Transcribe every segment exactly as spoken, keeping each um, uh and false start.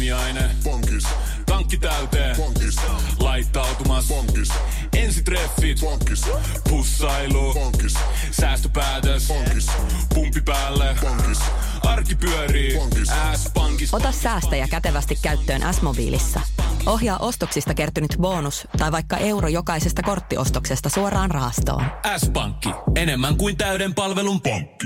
Aamiaine. Bonkis. Tankki täyteen. Bonkis. Laittautumas. Bonkis. Ensitreffit. Bonkis. Pussailu. Bonkis. Säästöpäätös. Bonkis. Pumpi päälle. Bonkis. Arki pyörii. Bonkis. S-pankis. Ota säästäjä kätevästi käyttöön S-mobiilissa. Ohjaa ostoksista kertynyt bonus tai vaikka euro jokaisesta korttiostoksesta suoraan rahastoon. S-pankki. Enemmän kuin täyden palvelun pankki.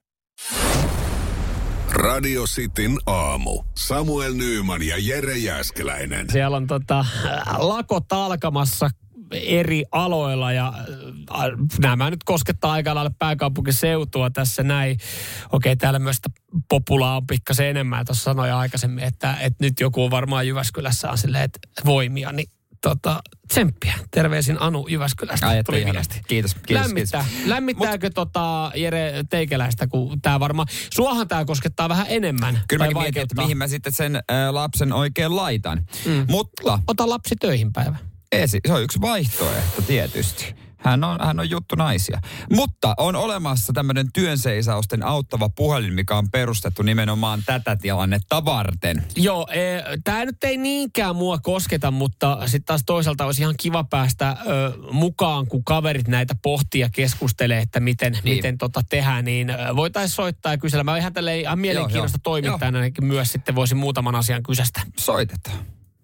Radio Cityn aamu. Samuel Nyyman ja Jere Jääskeläinen. Siellä on tota, lakot alkamassa eri aloilla ja äh, nämä nyt koskettaa aika lailla pääkaupunkiseutua tässä näin. Okei, täällä myös populaa on pikkasen enemmän. Tuossa sanoin aikaisemmin, että, että nyt joku varmaan Jyväskylässä on silleen, että voimia, niin tota, tsemppiä. Terveisin Anu Jyväskylästä. Ai, tuli viesti. Kiitos, kiitos. Lämmittää. Kiitos. Lämmittääkö Mut, tota, Jere teikäläistä, kun tämä varmaan, suohan tämä koskettaa vähän enemmän. Kyllä mäkin mietin, että mihin mä sitten sen ä, lapsen oikein laitan. Mm. Mutta ota lapsi töihin päivä. Esi, se on yksi vaihtoehto tietysti. Hän on, hän on juttu naisia. Mutta on olemassa tämmöinen työnseisausten auttava puhelin, mikä on perustettu nimenomaan tätä tilannetta varten. Joo, e, tämä nyt ei niinkään mua kosketa, mutta sitten taas toisaalta olisi ihan kiva päästä ö, mukaan, kun kaverit näitä pohtii ja keskustelee, että miten, niin. miten tota tehdään, niin voitaisiin soittaa ja kysellä. Mä ihan tälleen ihan mielenkiintoista toimittajana myös sitten voisin muutaman asian kysästä. Soitetaan.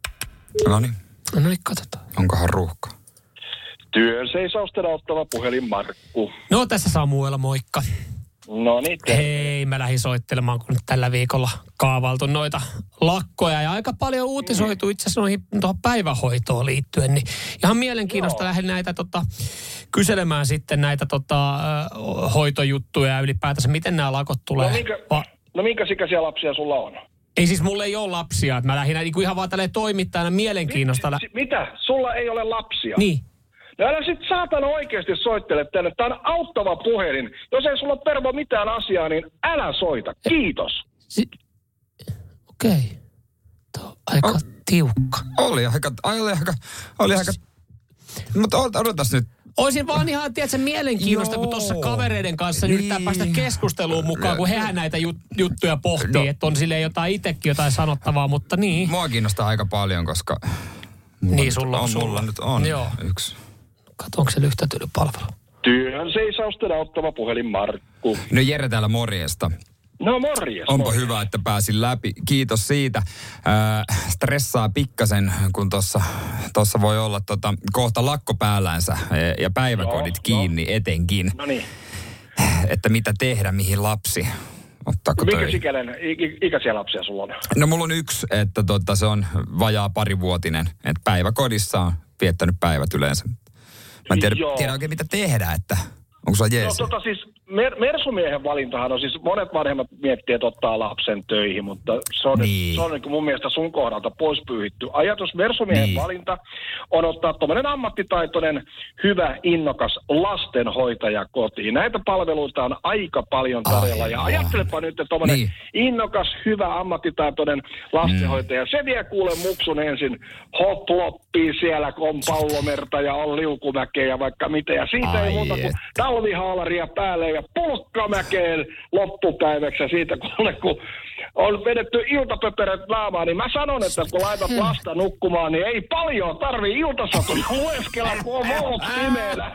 No niin. No niin, katsotaan. Onkohan ruuhka? Työnseisausten auttava puhelin Markku. No tässä Samuel, moikka. No niin. Hei, mä lähdin soittelemaan, kun nyt tällä viikolla kaavailtu noita lakkoja ja aika paljon uutisoitu itse asiassa noihin tuohon päivähoitoon liittyen. Niin ihan mielenkiinnosta lähdin näitä tota, kyselemään sitten näitä tota, hoitojuttuja ja ylipäätänsä, miten nämä lakot tulee. No minkä, Va- no minkä ikäisiä lapsia sulla on? Ei siis, mulla ei ole lapsia. Mä lähdin niin kuin ihan vaan tälleen toimittajana mielenkiinnosta. Mi- si- mitä? Sulla ei ole lapsia? Niin. No älä sit saatana oikeasti soittele tänne. Tää on auttava puhelin. Jos ei sulla pervo mitään asiaa, niin älä soita. Kiitos. Si- Okei. Okay. Tuo on aika o- tiukka. Oli aika, oli aika, oli aika. Mutta odotas nyt. Olisin vaan ihan, tiedätkö, mielenkiinnosta, Joo. kun tuossa kavereiden kanssa niin. yrittää päästä keskusteluun mukaan, kun hehän näitä jut- juttuja pohtii, no. että on silleen jotain itsekin jotain sanottavaa, mutta niin. Mua kiinnostaa aika paljon, koska niin, sulla on, on, sulla. mulla nyt on Joo. yksi. Kato, onko se lyhtätylypalvelu? Työnseisausten auttava puhelin Markku. No Jere täällä morjesta. No morjes. Onpa morjes. hyvä, että pääsin läpi. Kiitos siitä. Äh, stressaa pikkasen, kun tuossa tossa voi olla tota, kohta lakko päällänsä ja päiväkodit Joo, kiinni no. etenkin. No niin. Että mitä tehdä, mihin lapsi. Ottaako Minkä ikäinen, ikäisiä lapsia sulla on? No mulla on yksi, että tota, se on vajaa parivuotinen. Että päiväkodissa on viettänyt päivät yleensä. Mä en tiedä, tiedä oikein mitä tehdä, että onko sulla jeesi? No tota siis mer- mersumiehen valintahan on siis, monet vanhemmat miettii, että ottaa lapsen töihin, mutta se on, niin. se on niin mun mielestä sun kohdalta pois pyyhitty. Ajatus mersumiehen niin. valinta on ottaa tommonen ammattitaitoinen, hyvä, innokas lastenhoitaja kotiin. Näitä palveluita on aika paljon tarjolla. Ai, ja ajattelepa nyt, että tommonen niin. innokas, hyvä, ammattitaitoinen lastenhoitaja. Mm. Se vie kuule muksun ensin hoploppii siellä, kun on pallomerta ja on liukumäkeä ja vaikka mitä. Ja siitä Ai ei muuta kuin talvihaalaria päälle ja pulkkamäkeen loppupäiväksi. Ja siitä kun, kun on vedetty iltapöperät naamaan, niin mä sanon, että kun laitat lasta nukkumaan, niin ei paljon tarvii iltasatuja lueskella, kun on valot pimeänä.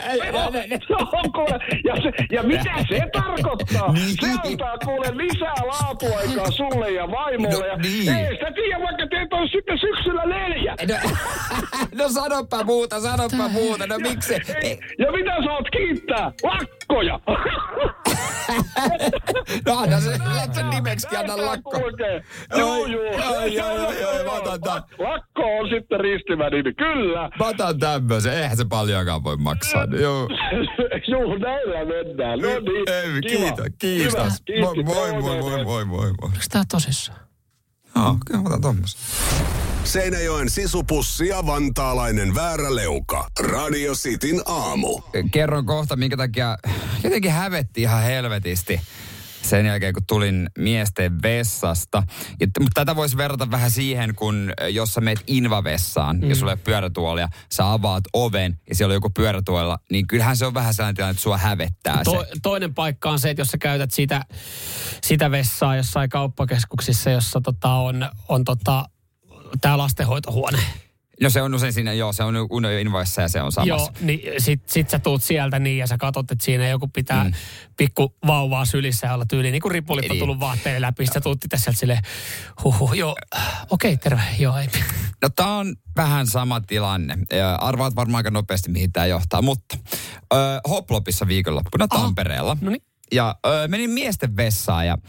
Ja, ja mitä se tarkoittaa? Se antaa kuule lisää laatuaikaa sulle ja vaimolle. Ja niin. Ei sitä tiedä, vaikka teitä on sitten syksyllä neljä. No, no sanoppa muuta, sanoppa muuta. No miksi? Ja mitä sä oot kiittää? Lakkoja! No anna se lapsen nimeksi, anna lakko. Joo, joo. Ai, joo, joo, joo, mä otan tämän. Lakko on sitten ristimä nimi, kyllä. Mä otan tämmöisen, eihän se paljonkaan voi maksaa. Joo. Joo, näillä mennään. No niin, ei, kiitos, kiitos. Moi, moi, moi, moi, moi, moi. Onko tää tosissaan? Joo, kyllä mä otan tommosen. Seinäjoen sisupussi ja vantaalainen vääräleuka. Radio Cityn aamu. Kerron kohta, minkä takia jotenkin hävetti ihan helvetisti. sen jälkeen, kun tulin miesten vessasta. Ja, mutta tätä voisi verrata vähän siihen, kun jos sä meet invavessaan, mm. ja sulla ei ole pyörätuolia, sä avaat oven ja siellä on joku pyörätuolilla, niin kyllähän se on vähän sellainen tilanne, että sua hävettää to, se. Toinen paikka on se, että jos sä käytät sitä, sitä vessaa jossain kauppakeskuksissa, jossa tota on, on tota, tää lastenhoitohuone. No se on usein siinä, joo, se on invavessa ja se on samassa. Joo, niin sit, sit sä tuut sieltä niin ja sä katot, että siinä joku pitää mm. pikku vauvaa sylissä ja olla tyyliin. Niin kuin ripulit on tullut vaatteille läpi, sä tuut itse sieltä silleen, huhuh, joo, okei, okay, terve, joo, ei. No tää on vähän sama tilanne. Arvaat varmaan aika nopeasti, mihin tää johtaa, mutta ö, Hoplopissa viikonloppuna Tampereella. No niin. Ja ö, menin miesten vessaan ja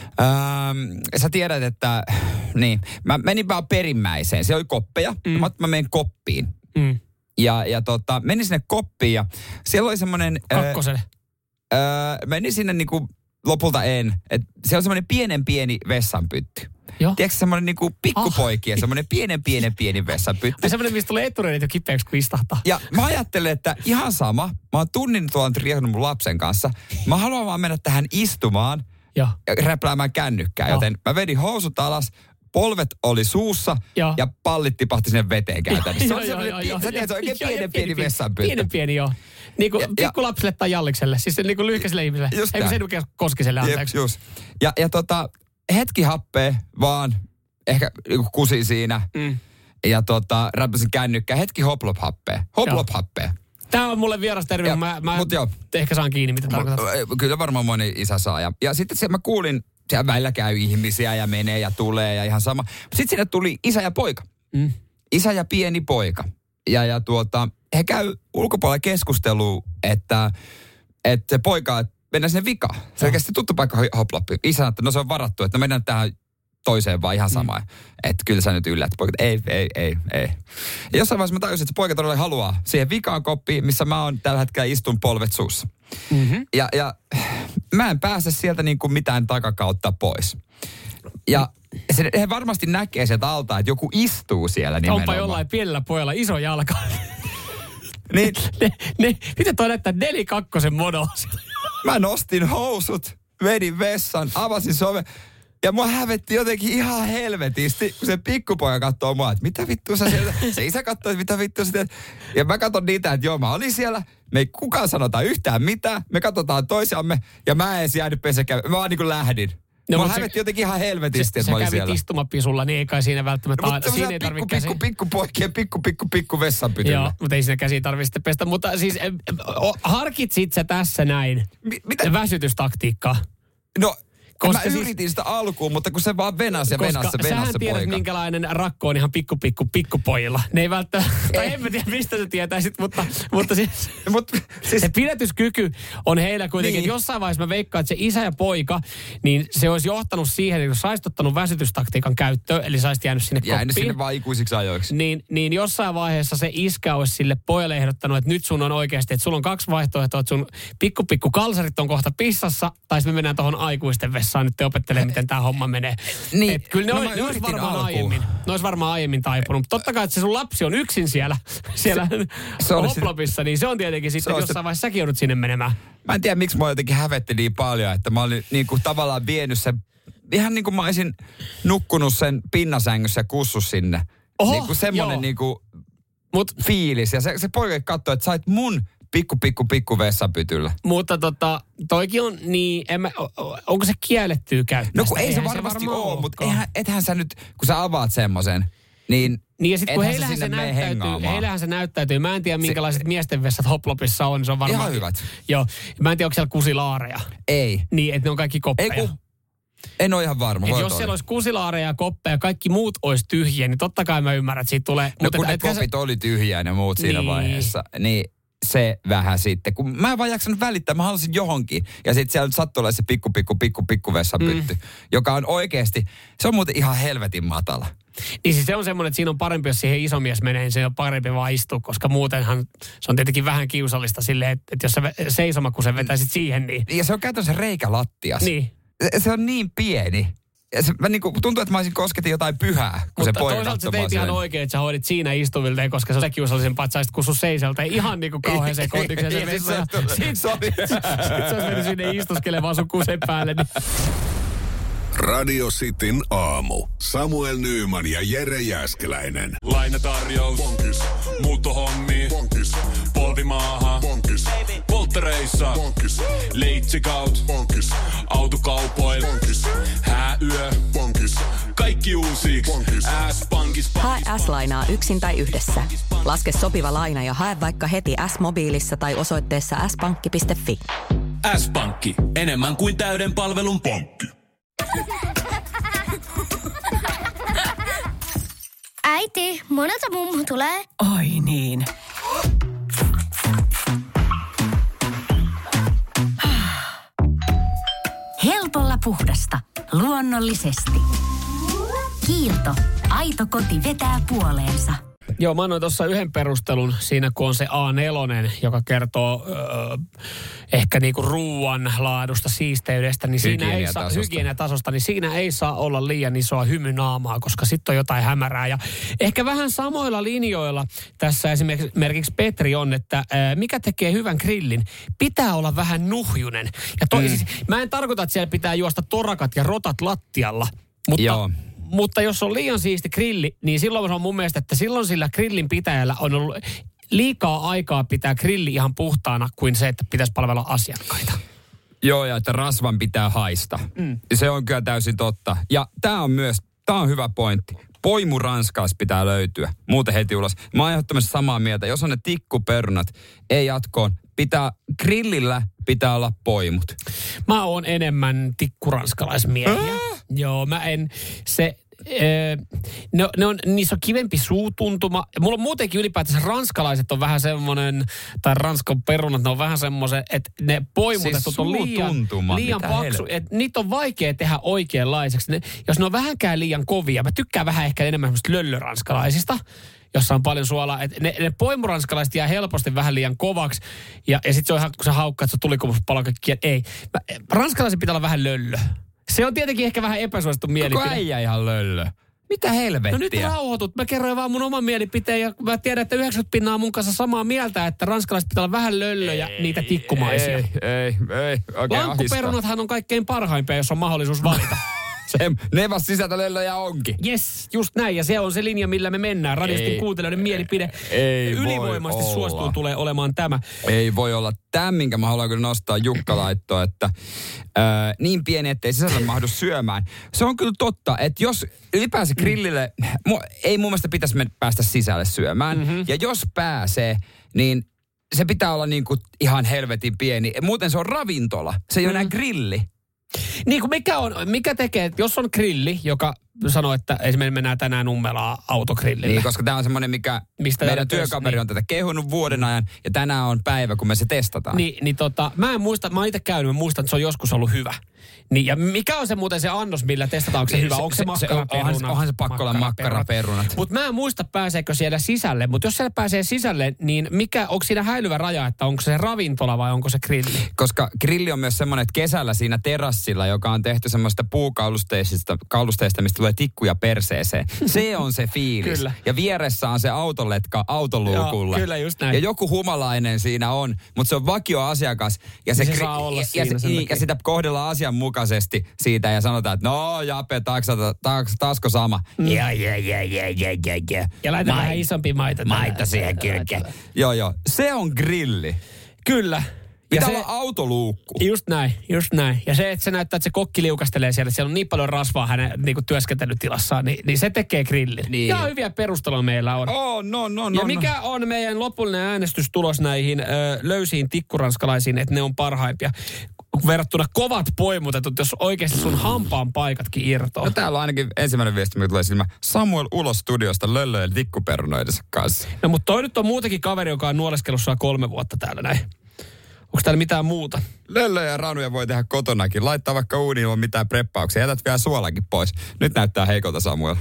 Öö, sä tiedät, että niin, mä menin vaan perimmäiseen. Siellä oli koppeja, mm. mä, mä menin koppiin. Mm. Ja, ja tota, menin sinne koppiin ja siellä oli semmoinen... Kakkoselle? Öö, menin sinne niinku, lopulta en. Et siellä oli semmoinen pienen pieni vessanpytty. Joo. Tiedätkö semmoinen niinku pikkupoikien, oh. semmoinen pienen pienen pieni vessanpytty. Ja semmoinen, mistä tulee etureidit jo kipeäksi, kun istahtaa. Ja mä ajattelen, että ihan sama. Mä oon tunnin tuolla riehunut mun lapsen kanssa. Mä haluan vaan mennä tähän istumaan. Ja räpläämään kännykkää, ja. Joten mä vedin housut alas, polvet oli suussa ja, ja pallit tipahti sinne veteen käytännössä. Se on semmoinen, sä tiedät, se on oikein pienen pieni vessanpytty. Pienen pieni, joo. Niin kuin pikkulapselle tai jallikselle, siis niin kuin lyhkäiselle ihmiselle. Ei kun sen koskiselle, anteeksi. Jep, just. Ja, ja tota, hetki happea vaan, ehkä kusi siinä, mm. ja tota, räppäsin kännykkää, hetki hoplop happea. Hoplop happea. Tämä on mulle vieras termi, mä, mä ehkä saan kiinni, mitä tarkoitat. Kyllä varmaan moni isä saa. Ja, ja sitten se, mä kuulin, siellä välillä käy ihmisiä ja menee ja tulee ja ihan sama. Sitten sinne tuli isä ja poika. Mm. Isä ja pieni poika. Ja, ja tuota, he käy ulkopuolella keskustelua, että, että se poika, että mennään sinne vikaan. Selkeästi tuttu paikka hoploppi. Isä, että no se on varattu, että mennään tähän toiseen vaan ihan sama. Mm. Että kyllä sä nyt yllät. Poika, ei, ei, ei, ei. Ja jossain vaiheessa mä tajusin, että se poika todella haluaa siihen vikaan koppiin, missä mä oon tällä hetkellä istun polvet suussa. Mm-hmm. Ja, ja mä en pääse sieltä niin kuin mitään takakautta pois. Ja se, he varmasti näkee sieltä alta, että joku istuu siellä nimenomaan. Onpa jollain pienellä pojalla iso jalka. Niin. ne, ne, miten toi näyttää nelikakkosen modo? Mä nostin housut, vedin vessan, avasin soven. Ja mua hävetti jotenkin ihan helvetisti, kun se pikkupoika katsoo mua, että mitä vittua sä sieltä. Se isä katsoo, että mitä vittua sä teet. Ja mä katson niitä, että joo, mä olin siellä. Me ei kukaan sanota yhtään mitään. Me katsotaan toisiamme ja mä en edes jäänyt pesäkään. Mä vaan niin kuin lähdin. No, mua hävetti se, jotenkin ihan helvetisti, se, että mä olin siellä. Sä kävit istumapisulla, niin ei kai siinä välttämättä... No, mutta siinä ei tarvitse käsi. Pikku, pikku, pikku poikien, pikku, pikku, pikku vessanpytyllä. Joo, mutta ei siinä käsiä tarvitse pestä. Mutta siis harkitsit sä tässä näin Mi- mitä? Väsytystaktiikkaa? No... Koska mä siis, yritin sitä alkuun, mutta kun se vaan venasi ja venasi se venasi se poika. Sähän tiedät, minkälainen rakko on ihan pikku pikku pikkupojilla. Ne ei välttämättä, tai en mä tiedä mistä sä tietäisit, mutta, mutta siis, Mut, siis se pidätyskyky on heillä kuitenkin. Niin. Jossain vaiheessa mä veikkaan, että se isä ja poika, niin se olisi johtanut siihen, että jos sä olisit ottanut väsytystaktiikan käyttöön, eli sä olisit jäänyt sinne koppiin. Jäänyt sinne vaan ikuisiksi ajoiksi. Niin, niin jossain vaiheessa se iskä olisi sille pojalle ehdottanut, että nyt sun on oikeasti, että sulla on kaksi vaihtoehtoa, että sun pikku pikku kalsarit on kohta pissassa, tai me mennään tuohon aikuisten vessaan nyt te opettelee, miten tämä homma menee. Niin, et kyllä ne, no, ne olisi varmaan alkuun. aiemmin. Ne olisi varmaan aiemmin taipunut. Mutta totta kai, että se sun lapsi on yksin siellä, siellä Hoplopissa, niin se on tietenkin sitten, jossain se... vaiheessa säkin joudut sinne menemään. Mä en tiedä, miksi mua jotenkin hävetti niin paljon, että mä olin niin kuin tavallaan vienyt sen, ihan niin kuin mä olisin nukkunut sen pinnasängyssä ja kussus sinne. Oho, niin kuin semmoinen niin kuin Mut, fiilis. Ja se, se poika katsoi, että sait mun pikku, pikku, pikku vessanpytyllä. Mutta tota, toikin on niin, en mä, onko se kiellettyä käyttää? No kun ei se varmasti se ole, mutta eihän, ethän sä nyt, kun sä avaat semmoisen, niin Niin ja sitten kun heillähän se, näyttäytyy, heillähän se näyttäytyy, mä en tiedä minkälaiset se, miesten vessat Hoplopissa on, se on varmaan... Ihan hyvät. Joo, mä en tiedä, onko siellä kusilaareja. Ei. Niin, että ne on kaikki koppeja. Ei kun, en ole ihan varma. Jos siellä olisi kusilaareja ja koppeja ja kaikki muut olisi tyhjiä, niin totta kai mä ymmärrän, että siitä tulee... No mutta kun et, ne kopit sä... oli tyhjiä ne muut siinä niin. vaiheessa, niin... Se vähän sitten, kun mä en vaan jaksanut välittää, mä halusin johonkin. Ja sitten siellä sattui olla se pikku, pikku, pikku, pikku vessanpytty, mm. joka on oikeasti, se on muuten ihan helvetin matala. Niin siis se on semmoinen, että siinä on parempi, jos siihen iso mies menee, niin se on parempi vaan istua, koska muutenhan se on tietenkin vähän kiusallista silleen, että, että jos sä seisoma, kun sä vetäisit siihen, niin... Ja se on käytännössä reikä lattias. Niin. Se, se on niin pieni. se, mä niinku, tuntuu, että mä olisin kosketin jotain pyhää, kun mutta se poika toisaalta sä teit ihan oikein, että sä hoidit siinä istuvilteen, koska sä kiusallisempaa, että saisit kussua seiseltä ihan niinku kauheeseen kontikseen. Sitten sit, sit, sit sä ois mennyt sinne istuskelemaan sun kusen päälle. Niin. Radio Cityn aamu. Samuel Nyyman ja Jere Jääskeläinen. Lainatarjous. Bonkis. Muuttohommi. Bonkis. Polvimaaha. Bonkis. Polttereissa. Bonkis. Leitsikaut. Bonkis. Autokaupoil. Bonkis. Hääyö. Bonkis. Kaikki uusiiksi. S-pankis. Hae S-lainaa yksin tai yhdessä. Laske sopiva laina ja hae vaikka heti S-mobiilissa tai osoitteessa s pankki piste fi. S-pankki. Enemmän kuin täyden palvelun pankki. Äiti, monelta mummu tulee? Oi niin. Helpolla puhdasta. Luonnollisesti. Kiilto. Aito koti vetää puoleensa. Joo, mä annoin tuossa yhden perustelun siinä, kun on se A neljä, joka kertoo öö, ehkä niinku ruuan laadusta, siisteydestä, niin siinä ei saa, hygieniatasosta, niin siinä ei saa olla liian isoa hymynaamaa, koska sitten on jotain hämärää. Ja ehkä vähän samoilla linjoilla tässä esimerkiksi Petri on, että öö, mikä tekee hyvän grillin, pitää olla vähän nuhjunen. Ja toi, mm. siis, mä en tarkoita, että siellä pitää juosta torakat ja rotat lattialla, mutta... Joo. Mutta jos on liian siisti grilli, niin silloin on mun mielestä, että silloin sillä grillin pitäjällä on ollut liikaa aikaa pitää grilli ihan puhtaana kuin se, että pitäisi palvella asiakkaita. Joo, ja että rasvan pitää haista. Mm. Se on kyllä täysin totta. Ja tämä on myös, tämä on hyvä pointti. Poimu ranskaus pitää löytyä, muuten heti ulos. Mä oon ehdottomasti samaa mieltä. Jos on ne tikkuperunat, ei jatkoon. Pitää, grillillä pitää olla poimut. Mä oon enemmän tikkuranskalaismiehiä. Äh? Joo, mä en, se, äh, ne, ne on, niissä on kivempi suutuntuma. Mulla on muutenkin ylipäätänsä ranskalaiset on vähän semmoinen, tai ranskan perunat, ne on vähän semmoisen, että ne poimutetut siis on liian, liian paksu. Että niitä on vaikea tehdä oikeanlaiseksi. Ne, jos ne on vähänkään liian kovia, mä tykkään vähän ehkä enemmän semmoista löllöranskalaisista, jossa on paljon suolaa. Et ne, ne poimuranskalaiset jää helposti vähän liian kovaksi. Ja, ja sitten se on ihan, kun sä haukkaat, että se tuli palokakkia. Ei. Ranskalaisen pitää olla vähän löllö. Se on tietenkin ehkä vähän epäsuosittu mielipide. Koko äijä ihan löllö. Mitä helvettiä? No nyt rauhoitut. Mä kerroin vaan mun oman mielipiteen ja mä tiedän, että yhdeksänkymmentä pinnaa mun kanssa samaa mieltä, että ranskalaiset pitää olla vähän löllö ja ei, niitä tikkumaisia. Ei, ei, ei. Okay, lankkuperunathan on kaikkein parhaimpia, jos on mahdollisuus valita. Se, ne vasta sisältä löllöjä onkin. Yes, just näin. Ja se on se linja, millä me mennään. Radiostin kuuntelijoiden mielipide ei ylivoimaisesti suostuu tulee olemaan tämä. Ei voi olla tämä, minkä mä haluan kyllä nostaa Jukka laittoa, että ää, niin pieni, ettei sisällä mahdu syömään. Se on kyllä totta, että jos ylipäänsä grillille, mm. ei mun mielestä pitäisi päästä sisälle syömään. Mm-hmm. Ja jos pääsee, niin se pitää olla niin kuin ihan helvetin pieni. Muuten se on ravintola, se ei mm. ole enää grilli. Niin kuin mikä, on, mikä tekee, että jos on grilli, joka sanoo, että esimerkiksi mennään tänään Nummelaan autogrillille. Niin, koska tämä on semmoinen, mikä mistä meidän työkaveri niin on tätä kehunut vuoden ajan, ja tänään on päivä, kun me se testataan. Niin, niin tota, mä en muista, mä oon itse käynyt, mä muistan, että se on joskus ollut hyvä. Niin, ja mikä on se muuten se annos, millä testataan, onko se niin, hyvä, onko se, se makkaraperunat? Onhan, onhan se pakko olla makkaraperunat. Mutta mä en muista, pääseekö siellä sisälle, mutta jos siellä pääsee sisälle, niin mikä, onko siinä häilyvä raja, että onko se ravintola vai onko se grilli? Koska grilli on myös semmoinen, että kesällä siinä terassilla, joka on tehty semmoista puukaulusteista, kaulusteista, mistä tulee tikkuja perseeseen. Se on se fiilis. Kyllä. Ja vieressä on se autoletka autoluukulla. Joo, kyllä just näin. Ja joku humalainen siinä on, mutta se on vakioasiakas. Ja, se, se saa olla ja, siinä ja, ja sitä kohdellaan asianmukaisesti siitä ja sanotaan, että no Jape, taksata, taks, tasko sama. Mm. Ja, ja, ja, ja, ja, ja, ja. Ja laita vähän isompi maito. Maito siihen kylkeen. Joo, joo. Se on grilli. Kyllä. Pitää se, olla autoluukku. Just näin, just näin. Ja se, että se näyttää, että se kokki liukastelee siellä, että siellä on niin paljon rasvaa hänen niin kuin työskentelytilassaan, niin, niin se tekee grillin. Niin. Ja hyviä perusteluja meillä on. Oh, no, no, no. Ja mikä no. on meidän lopullinen äänestystulos näihin ö, löysiin tikkuranskalaisiin, että ne on parhaimpia? Verrattuna kovat poimutetut, jos oikeasti sun hampaan paikatkin irtoaa. No täällä on ainakin ensimmäinen viesti, mikä tulee silmä. Samuel ulos studiosta löllöjen tikkuperunoidensa kanssa. No mutta toi nyt on muutenkin kaveri, joka on nuoleskellut sua kolme vuotta täällä näin. Onko täällä mitään muuta? Löllöjä ja ranuja voi tehdä kotonakin. Laittaa vaikka uuniin ilman mitään preppauksia. Jätät vielä suolakin pois. Nyt näyttää heikolta, Samuel.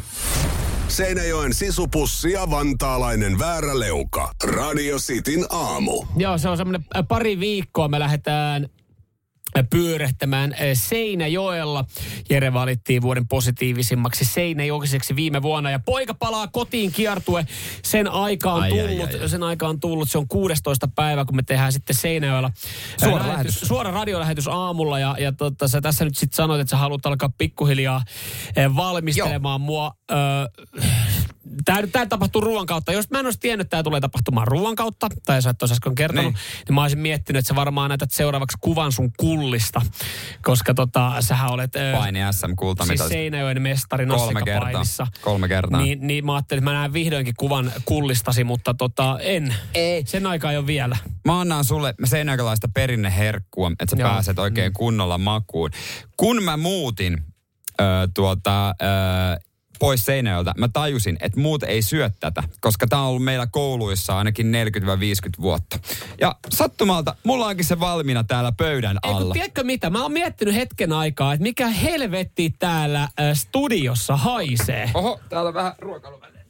Seinäjoen sisupussi ja vantaalainen vääräleuka. Radio Cityn aamu. Joo, se on semmoinen pari viikkoa. Me lähdetään pyörehtämään Seinäjoella. Jere valittiin vuoden positiivisimmaksi seinäjokiseksi viime vuonna. Ja poika palaa kotiin kiertue. Sen aika on ai, tullut. ai, ai. Sen aika on tullut. Se on kuudestoista päivä, kun me tehdään sitten Seinäjoella Suora lähetys, lähetys. suora radiolähetys aamulla. Ja, ja totta, sä tässä nyt sitten sanoit, että sä haluat alkaa pikkuhiljaa eh, valmistelemaan Joo. mua. Ö, Tämä, tämä tapahtuu ruoan kautta. Jos mä en olisi tiennyt, että tämä tulee tapahtumaan ruoan kautta, tai sä et olisi äsken kertonut, niin. niin mä olisin miettinyt, että sä varmaan näytät seuraavaksi kuvan sun kullista. Koska tota, sähän olet... Paini S M-kulta. Siis Seinäjoen mestari Nassikapainissa. Kolme kertaa. Niin, niin mä ajattelin, että mä näen vihdoinkin kuvan kullistasi, mutta tota, en. Ei. Sen aikaa ei ole vielä. Mä annan sulle seinäjokilaista perinneherkkua, että sä Joo. pääset oikein kunnolla makuun. Kun mä muutin äh, tuota... Äh, pois Seinäjoelta, mä tajusin, että muut ei syö tätä, koska tää on ollut meillä kouluissa ainakin neljäkymmentä viisikymmentä vuotta. Ja sattumalta, mulla onkin se valmiina täällä pöydän alla. Eikö, tiedätkö mitä? Mä oon miettinyt hetken aikaa, että mikä helvetti täällä äh, studiossa haisee. Oho, täällä on vähän ruokailuvälineitä.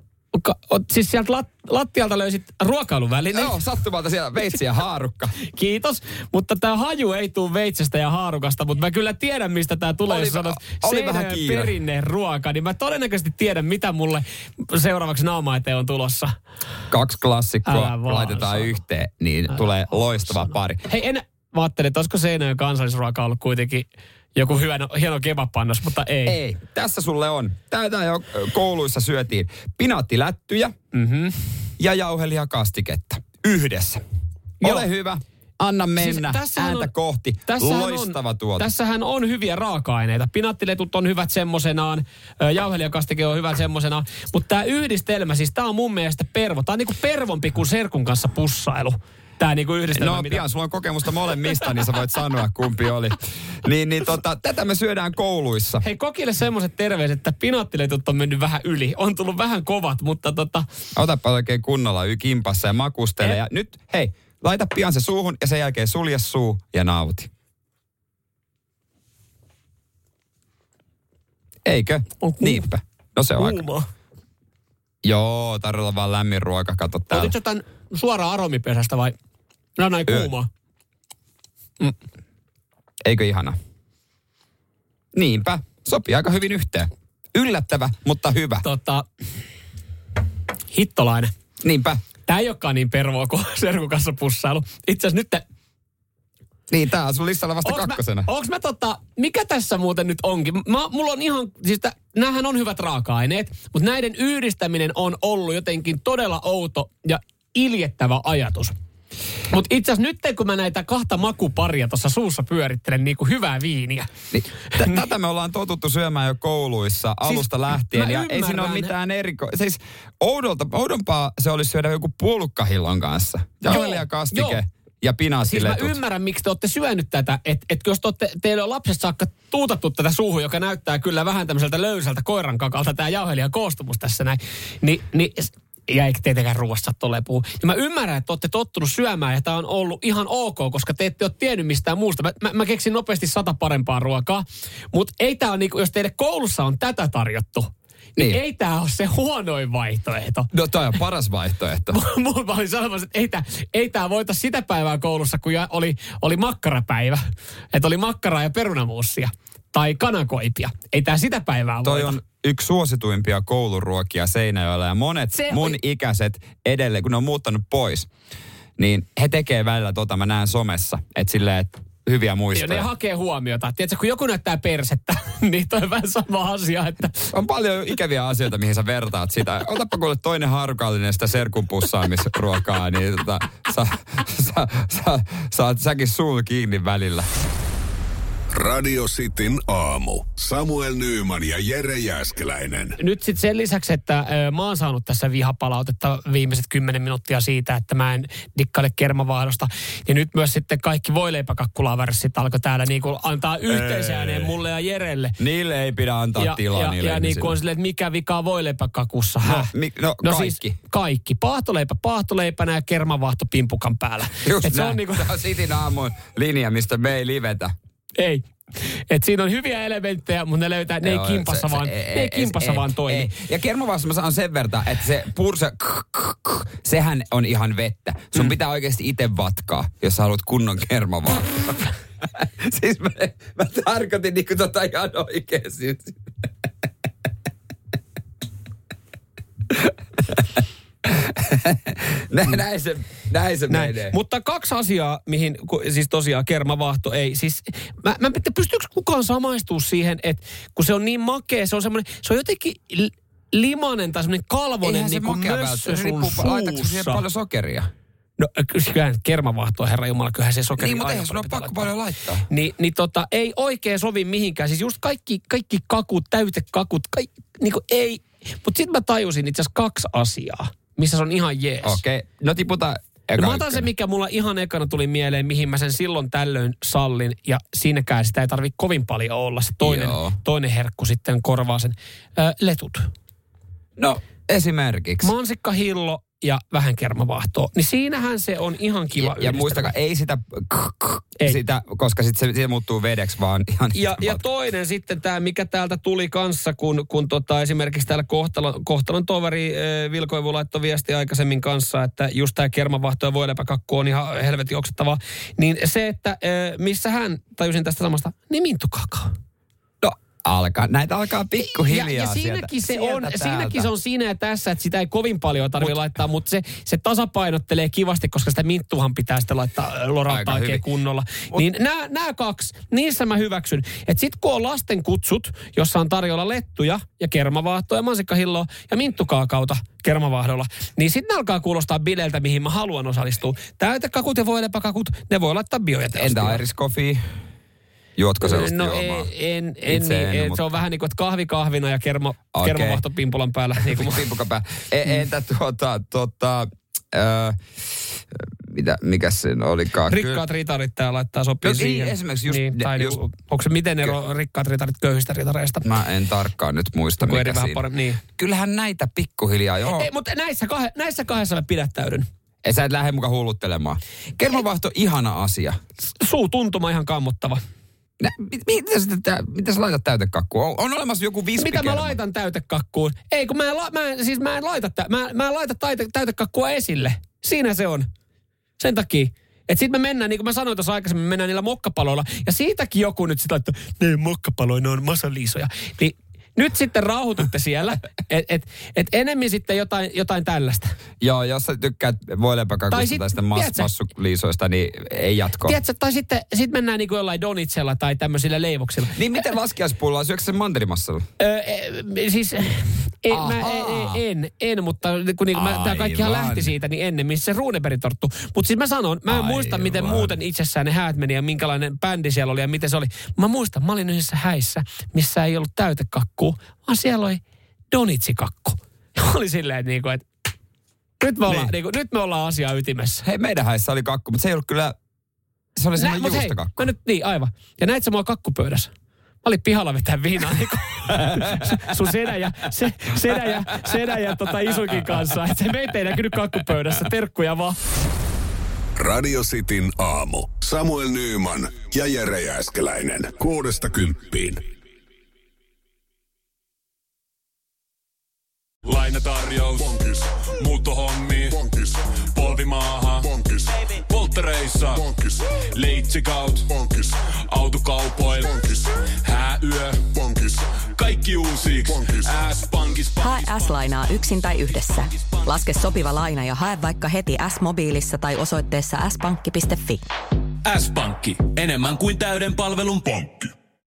Siis sieltä lat, lattialta löysit ruokailuvälineitä? Joo, sattumalta siellä veitsi ja haarukka. Kiitos, mutta tämä haju ei tule veitsestä ja haarukasta, mutta mä kyllä tiedän, mistä tämä tulee. Oli, jos sanot oli vähän kiire. Perinneruoka, niin mä todennäköisesti tiedän, mitä mulle seuraavaksi naama eteen on tulossa. Kaksi klassikkoa Älä vaan laitetaan sano. yhteen, niin Älä tulee loistava sano. pari. Hei, en, mä ajattelin, että olisiko Seinäjoen kansallisruoka ollut kuitenkin joku hyvä, no, hieno kebabpannos, mutta ei. Ei, tässä sulle on. Tätä jo kouluissa syötiin pinaattilättyjä mm-hmm. ja jauhelihakastiketta yhdessä. Joo. Ole hyvä, anna mennä, siis ääntä on, kohti. Loistava on, tuote. Tässähän on hyviä raaka-aineita. Pinaattiletut on hyvät semmosenaan, jauhelihakastike on hyvä semmosenaan, mutta tämä yhdistelmä, siis tämä on mun mielestä pervo. Tämä on niinku pervompi kuin serkun kanssa pussailu. Tämä niinku yhdistelmä. No mitä... pian, sulla on kokemusta molemmista, niin sä voit sanoa, kumpi oli. Niin, niin tota, tätä me syödään kouluissa. Hei, kokille semmoiset terveiset, että pinaattiletut on mennyt vähän yli. On tullut vähän kovat, mutta tota... Otapa oikein kunnolla y kimpassa ja makustele. Ja nyt, hei, laita pian se suuhun ja sen jälkeen sulje suu ja nauti. Eikö? On Niinpä. No se on kuuma. aika. Joo, tarjolla vaan lämmin ruoka, kato täällä. Otit jotain suoraan aromipesästä vai? No näin kuumaa. Mm. Eikö ihana? Niinpä. Sopii aika hyvin yhteen. Yllättävä, mutta hyvä. Tota, hittolainen. Niinpä. Tää ei olekaan niin pervoa kuin serkun kanssa pussailu. Itse asiassa nyt... Niin, tää on sun listalla vasta onks kakkosena. Mä, onks mä tota, mikä tässä muuten nyt onkin? Mä, mulla on ihan, siis tä, näähän on hyvät raaka-aineet, mutta näiden yhdistäminen on ollut jotenkin todella outo ja iljettävä ajatus. Mutta itse asiassa nyt kun mä näitä kahta makuparia tuossa suussa pyörittelen niin kuin hyvää viiniä. Niin, t- tätä me ollaan totuttu syömään jo kouluissa alusta siis lähtien ja ei siinä ole mitään eriko... Siis oudolta, oudompaa se olisi syödä joku puolukkahillon kanssa. Jauhelihakastike ja pinaattiletut. Siis mä ymmärrän, miksi te olette syönyt tätä, että et jos te olette, teille on lapsesta saakka tuutattu tätä suuhun, joka näyttää kyllä vähän tämmöiseltä löysältä koiran kakalta, tämä jauhelihan koostumus tässä näin, niin... niin ja eikä tietenkään ruoasta tolleen puhu. Ja mä ymmärrän, että olette tottunut syömään ja tää on ollut ihan ok, koska te ette ole tiennyt mistään muusta. Mä, mä, mä keksin nopeasti sata parempaa ruokaa, mutta ei tää ole niinku, jos teille koulussa on tätä tarjottu, niin, niin ei tää ole se huonoin vaihtoehto. No toi on paras vaihtoehto. Mulla oli sanomassa, että ei tää, ei tää voita sitä päivää koulussa, kun oli, oli makkarapäivä. Että oli makkaraa ja perunamuussia. Tai kanakoipia. Ei tää sitä päivää toi voita. On yksi suosituimpia kouluruokia Seinäjoella ja monet se mun oli... ikäiset edelleen, kun ne on muuttanut pois, niin he tekee välillä tota, mä näen somessa, että silleen, että hyviä muistoja. Ja ne hakee huomiota. Tiedätkö, kun joku näyttää persettä, niin toi on vähän sama asia, että... On paljon ikäviä asioita, mihin sä vertaat sitä. Otapa kuule toinen haarukallinen sitä serkun pussaamisruokaa, niin tota, sa, sa, sa, saat säkin suun kiinni välillä. Radio Cityn aamu. Samuel Nyyman ja Jere Jääskeläinen. Nyt sitten sen lisäksi, että ö, mä oon saanut tässä vihapalautetta viimeiset kymmenen minuuttia siitä, että mä en dikkaile kermavaahdosta. Ja nyt myös sitten kaikki voileipäkakkulaversit alkoi täällä niinku antaa yhteisääneen mulle ja Jerelle. Niille ei pidä antaa ja, tilaa ja, niille. Ja niin kuin on silleen, että mikä vika on voileipäkakussa. No, mi, no, no kaikki. Siis kaikki. Paahtoleipä pahtoleipänä ja kermavaahto pimpukan päällä. Just Et näin. Se on, niinku... on Cityn aamun linja, mistä me ei livetä. Ei. Et siinä on hyviä elementtejä, mutta ne löytää, ne Joo, ei kimpassa se, vaan, se, ne ei, ei kimpassa ei, vaan toimi. Ei. Ja kermavaahdossa mä sanon sen verran, että se purse, sehän on ihan vettä. Sun mm. pitää oikeasti itse vatkaa, jos sä haluat kunnon kermavaahtoa. Siis mä, mä tarkoitin niinku tota ihan oikeesti. Näin, näin se, näin se näin. menee. Mutta kaksi asiaa, mihin siis tosiaan kermavahto ei. Siis mä, mä en pystyykö kukaan samaistua siihen, että kun se on niin makea, se on semmoinen, se on jotenkin limanen tai semmoinen kalvonen niin kuin mössö sun suussa. Laitatko siihen paljon sokeria? No kyllähän kermavahto, herra jumala, kyllähän se sokeri. Niin, mutta eihän sun ole pakko paljon laittaa. Niin, niin tota, ei oikein sovi mihinkään. Siis just kaikki, kaikki kakut, täytekakut, kaikki, niin kuin ei. Mutta sitten mä tajusin itse asiassa kaksi asiaa, missä se on ihan jees. Okei, okay. No tiputa eka. No mä otan se, mikä mulla ihan ekana tuli mieleen, mihin mä sen silloin tällöin sallin. Ja siinäkään sitä ei tarvitse kovin paljon olla. Se toinen, toinen herkku sitten korvaa sen. Ö, letut. No esimerkiksi. Mansikkahillo ja vähän kermavahtoa. Niin siinähän se on ihan kiva. Ja, ja muistakaa, ei sitä, ei. sitä koska sitten se, se muuttuu vedeksi, vaan ihan... Ja, ja toinen sitten tämä, mikä täältä tuli kanssa, kun, kun tota, esimerkiksi täällä kohtalon, kohtalon toveri äh, Vilkoivu laittoi viesti aikaisemmin kanssa, että just tämä kermavahto ja voileipäkakku on ihan helvetin oksettavaa. Niin se, että äh, missä hän, tajusin tästä samasta, niin mintukakao. Alkaa, näitä alkaa pikkuhiljaa ja, ja siinäkin, sieltä, se on, siinäkin se on siinä ja tässä, että sitä ei kovin paljon tarvitse laittaa, mutta se, se tasapainottelee kivasti, koska sitä minttuhan pitää sitten laittaa lorauttaa oikein kunnolla. Mut, niin nämä, nämä kaksi, niissä mä hyväksyn. Että sit kun on lasten kutsut, jossa on tarjolla lettuja ja kermavaahtoa ja mansikkahilloa ja minttukaakauta kermavahdolla, niin sitten ne alkaa kuulostaa bileiltä, mihin mä haluan osallistua. Täytekakut ja voileipäkakut, ne voi laittaa biojäteostilla. Entä Irish Coffee? Juotko sellaista no juomaa? en, en, en, niin, en mutta... se on vähän niin kuin, että kahvi kahvina ja kerma, okay. kermavahto pimpulan päällä. Niin kuin pimpukan päällä. E, entä tuota, tuota, äh, mitä, mikäs sen olikaan? Rikkaat ritarit tää laittaa sopii no, siihen. Ei, esimerkiksi just... Niin, tai just onko se miten ero ky- rikkaat ritarit köyhistä ritareista? Mä en tarkkaan nyt muista, mikä eri siinä. Paremmin, niin. Kyllähän näitä pikkuhiljaa, joo. Ei, mutta näissä, kah- näissä kahdessa mä pidättäydyn. Ei sä et lähde mukaan hulluttelemaan. Kermavahto, ihana asia. Suu tuntuma ihan kammottava. Nä, mit, mitä, sitä, mitä sä laitat täytekakkuun? On, on olemassa joku vispikerma. Mitä mä laitan täytekakkuun? Ei, kun mä en, la, mä en, siis mä en laita, mä, mä en laita täyte, täytekakkua esille. Siinä se on. Sen takia. Että sit me mennään, niin kuin mä sanoin tuossa aikaisemmin, me mennään niillä mokkapaloilla. Ja siitäkin joku nyt sit laittaa, ne mokkapaloja, ne on masaliisoja. Niin nyt sitten rauhoitutte siellä, että et, et enemmän sitten jotain, jotain tällaista. Joo, jos sä tykkäät voileipäkakusta tai, tai sitten mas, massuliisoista, niin ei jatkoa. Tiedätkö, tai sitten sit mennään niin kuin jollain donitsella tai tämmöisillä leivoksilla. Niin miten laskiaispullaa, syöksä sen mantelimassalla? Öö, siis en, mä, en, en, mutta kun niin, mä, tämä kaikkihan lähti siitä, niin ennen, missä se Runeberg-torttu. Mutta siis mä sanon, mä en Aivan. muista, miten muuten itsessään ne häät meni ja minkälainen bändi siellä oli ja miten se oli. Mä muistan, mä olin yhdessä häissä, missä ei ollut täytekakku, vaan siellä oli donitsikakku. Oli silleen, että, niinku, että nyt, me ollaan, niin. niinku, nyt me ollaan asiaa ytimessä. Hei, meidän häissä oli kakku, mutta se ei ollut kyllä, se oli semmoinen juustakakku. Hei, nyt, niin, aivan. Ja näit sä mua kakkupöydässä. Mä olin pihalla vetää viinaa niin sun sedä ja, se, sedä ja, sedä ja tota isukin kanssa. Että se meitä ei näkynyt kakkupöydässä. Terkkuja vaan. Radio Cityn aamu. Samuel Nyyman ja Jere Jääskeläinen. Kuudesta kymppiin. Lainatarjous. Bonkis. Muuttohommi. Bonkis. Polvimaaha. Bonkis. Polttereissa. Bonkis. Leitsikaut. Bonkis. Autokaupoil. Bonkis. Hääyö. Bonkis. Kaikki uusi. S-pankis. Hae S-lainaa yksin tai yhdessä. Laske sopiva laina ja hae vaikka heti S-mobiilissa tai osoitteessa s pankki piste fi. S-pankki. Enemmän kuin täyden palvelun pankki.